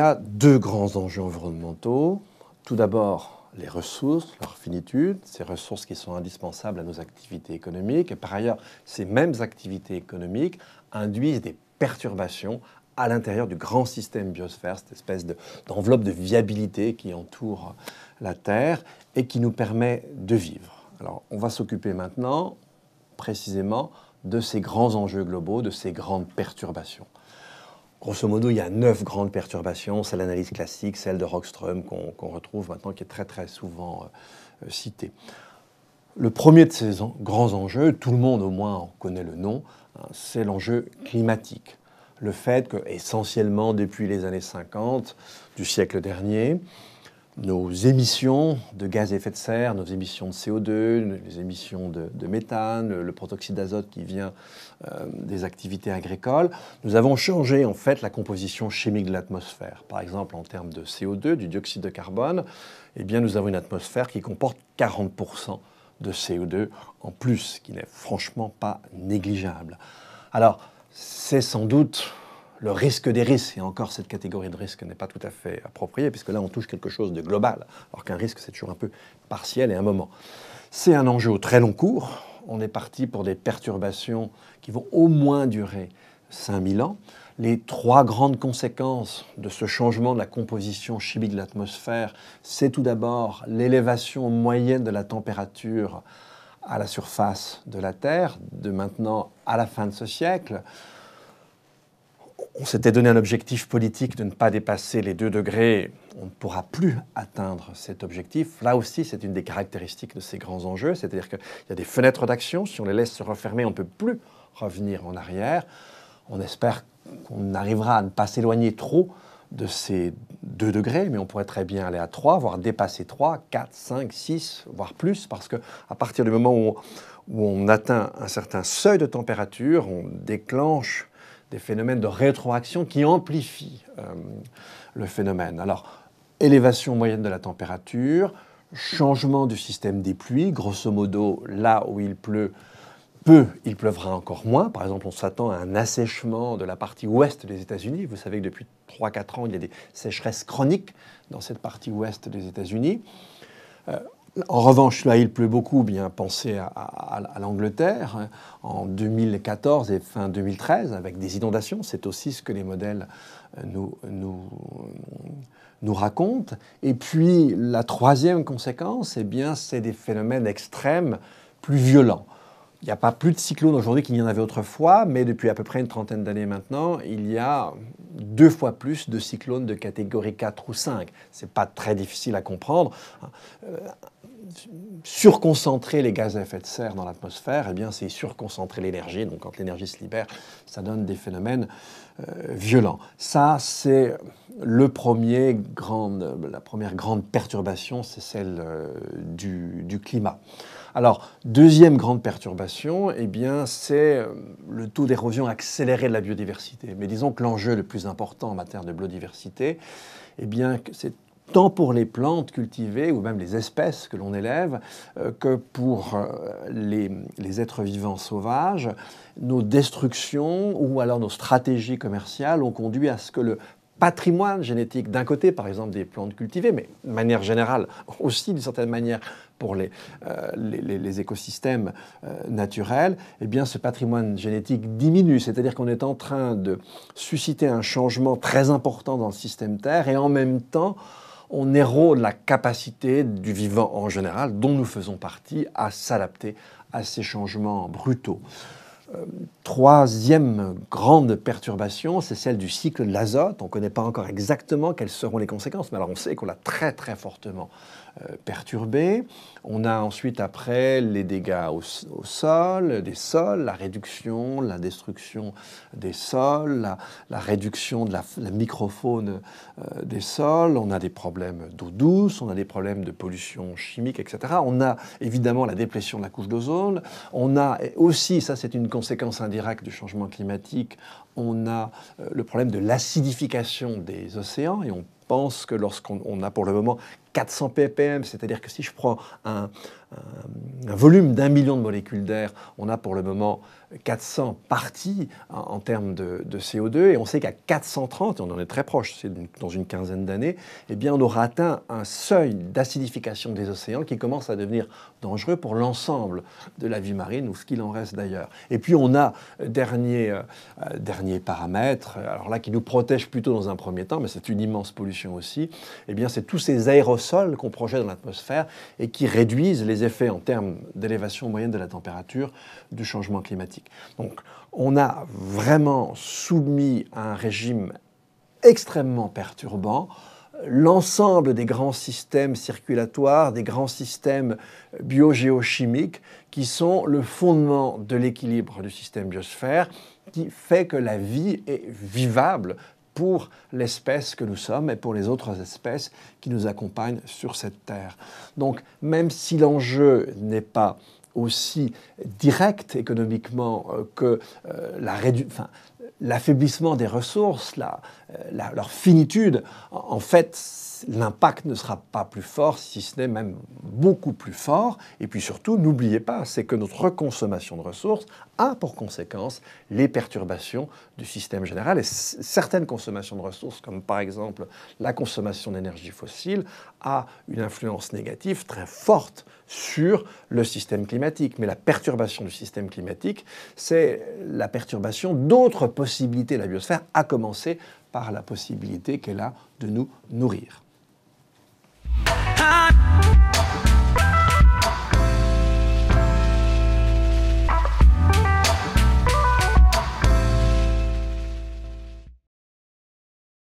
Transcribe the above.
a deux grands enjeux environnementaux. Tout d'abord, les ressources, leur finitude, ces ressources qui sont indispensables à nos activités économiques. Et par ailleurs, ces mêmes activités économiques induisent des perturbations à l'intérieur du grand système biosphère, cette espèce d'enveloppe de viabilité qui entoure la Terre et qui nous permet de vivre. Alors, on va s'occuper maintenant, précisément, de ces grands enjeux globaux, de ces grandes perturbations. Grosso modo, il y a 9 grandes perturbations. C'est l'analyse classique, celle de Rockström qu'on retrouve maintenant, qui est très très souvent citée. Le premier de ces grands enjeux, tout le monde au moins en connaît le nom, hein, c'est l'enjeu climatique. Le fait que, essentiellement depuis les années 50 du siècle dernier, nos émissions de gaz à effet de serre, nos émissions de CO2, les émissions de méthane, le protoxyde d'azote qui vient des activités agricoles, nous avons changé en fait la composition chimique de l'atmosphère. Par exemple, en termes de CO2, du dioxyde de carbone, eh bien, nous avons une atmosphère qui comporte 40% de CO2 en plus, ce qui n'est franchement pas négligeable. Alors, c'est sans doute le risque des risques, et encore cette catégorie de risque n'est pas tout à fait appropriée, puisque là on touche quelque chose de global, alors qu'un risque c'est toujours un peu partiel et un moment. C'est un enjeu au très long cours, on est parti pour des perturbations qui vont au moins durer 5000 ans. Les trois grandes conséquences de ce changement de la composition chimique de l'atmosphère, c'est tout d'abord l'élévation moyenne de la température à la surface de la Terre, de maintenant à la fin de ce siècle. On s'était donné un objectif politique de ne pas dépasser les 2 degrés. On ne pourra plus atteindre cet objectif. Là aussi, c'est une des caractéristiques de ces grands enjeux. C'est-à-dire qu'il y a des fenêtres d'action. Si on les laisse se refermer, on ne peut plus revenir en arrière. On espère qu'on arrivera à ne pas s'éloigner trop de ces 2 degrés, mais on pourrait très bien aller à 3, voire dépasser 3, 4, 5, 6, voire plus, parce qu'à partir du moment où on atteint un certain seuil de température, on déclenche des phénomènes de rétroaction qui amplifient le phénomène. Alors, élévation moyenne de la température, changement du système des pluies, grosso modo, là où il pleut peu, il pleuvra encore moins. Par exemple, on s'attend à un assèchement de la partie ouest des États-Unis. Vous savez que depuis 3-4 ans, il y a des sécheresses chroniques dans cette partie ouest des États-Unis. En revanche, là, il pleut beaucoup, bien pensez à l'Angleterre, en 2014 et fin 2013, avec des inondations. C'est aussi ce que les modèles nous racontent. Et puis, la troisième conséquence, eh bien, c'est des phénomènes extrêmes plus violents. Il n'y a pas plus de cyclones aujourd'hui qu'il n'y en avait autrefois, mais depuis à peu près une trentaine d'années maintenant, il y a 2 fois plus de cyclones de catégorie 4 ou 5. Ce n'est pas très difficile à comprendre. Surconcentrer les gaz à effet de serre dans l'atmosphère, eh bien, c'est surconcentrer l'énergie. Donc, quand l'énergie se libère, ça donne des phénomènes violents. Ça, c'est la première grande perturbation, c'est celle du climat. Alors, deuxième grande perturbation, eh bien, c'est le taux d'érosion accéléré de la biodiversité. Mais disons que l'enjeu le plus important en matière de biodiversité, eh bien, c'est tant pour les plantes cultivées ou même les espèces que l'on élève que pour les êtres vivants sauvages, nos destructions ou alors nos stratégies commerciales ont conduit à ce que le patrimoine génétique, d'un côté par exemple des plantes cultivées, mais de manière générale aussi d'une certaine manière pour les écosystèmes naturels, eh bien ce patrimoine génétique diminue. C'est-à-dire qu'on est en train de susciter un changement très important dans le système Terre et en même temps, on érode la capacité du vivant en général, dont nous faisons partie, à s'adapter à ces changements brutaux. Troisième grande perturbation, c'est celle du cycle de l'azote. On ne connaît pas encore exactement quelles seront les conséquences, mais alors on sait qu'on l'a très très fortement perturbé. On a ensuite après les dégâts au sol, des sols, la réduction, la destruction des sols, la réduction de la microfaune des sols. On a des problèmes d'eau douce, on a des problèmes de pollution chimique, etc. On a évidemment la déplétion de la couche d'ozone. On a aussi, ça c'est une conséquence indirecte du changement climatique, on a le problème de l'acidification des océans et on pense que lorsqu'on a pour le moment 400 ppm, c'est-à-dire que si je prends un volume d'1 million de molécules d'air, on a pour le moment 400 parties en termes de CO2, et on sait qu'à 430, et on en est très proche, c'est dans une quinzaine d'années, eh bien on aura atteint un seuil d'acidification des océans qui commence à devenir dangereux pour l'ensemble de la vie marine, ou ce qu'il en reste d'ailleurs. Et puis on a, dernier paramètre, alors là qui nous protège plutôt dans un premier temps, mais c'est une immense pollution aussi, eh bien c'est tous ces aérosols qu'on projette dans l'atmosphère et qui réduisent les effets en termes d'élévation moyenne de la température du changement climatique. Donc on a vraiment soumis à un régime extrêmement perturbant l'ensemble des grands systèmes circulatoires, des grands systèmes biogéochimiques qui sont le fondement de l'équilibre du système biosphère, qui fait que la vie est vivable pour l'espèce que nous sommes et pour les autres espèces qui nous accompagnent sur cette Terre. Donc même si l'enjeu n'est pas aussi direct économiquement que l'affaiblissement des ressources, leur finitude, en fait, l'impact ne sera pas plus fort, si ce n'est même beaucoup plus fort. Et puis surtout, n'oubliez pas, c'est que notre consommation de ressources a pour conséquence les perturbations du système général. Et certaines consommations de ressources, comme par exemple la consommation d'énergie fossile, a une influence négative très forte sur le système climatique. Mais la perturbation du système climatique, c'est la perturbation d'autres possibilités de la biosphère, à commencer par la possibilité qu'elle a de nous nourrir.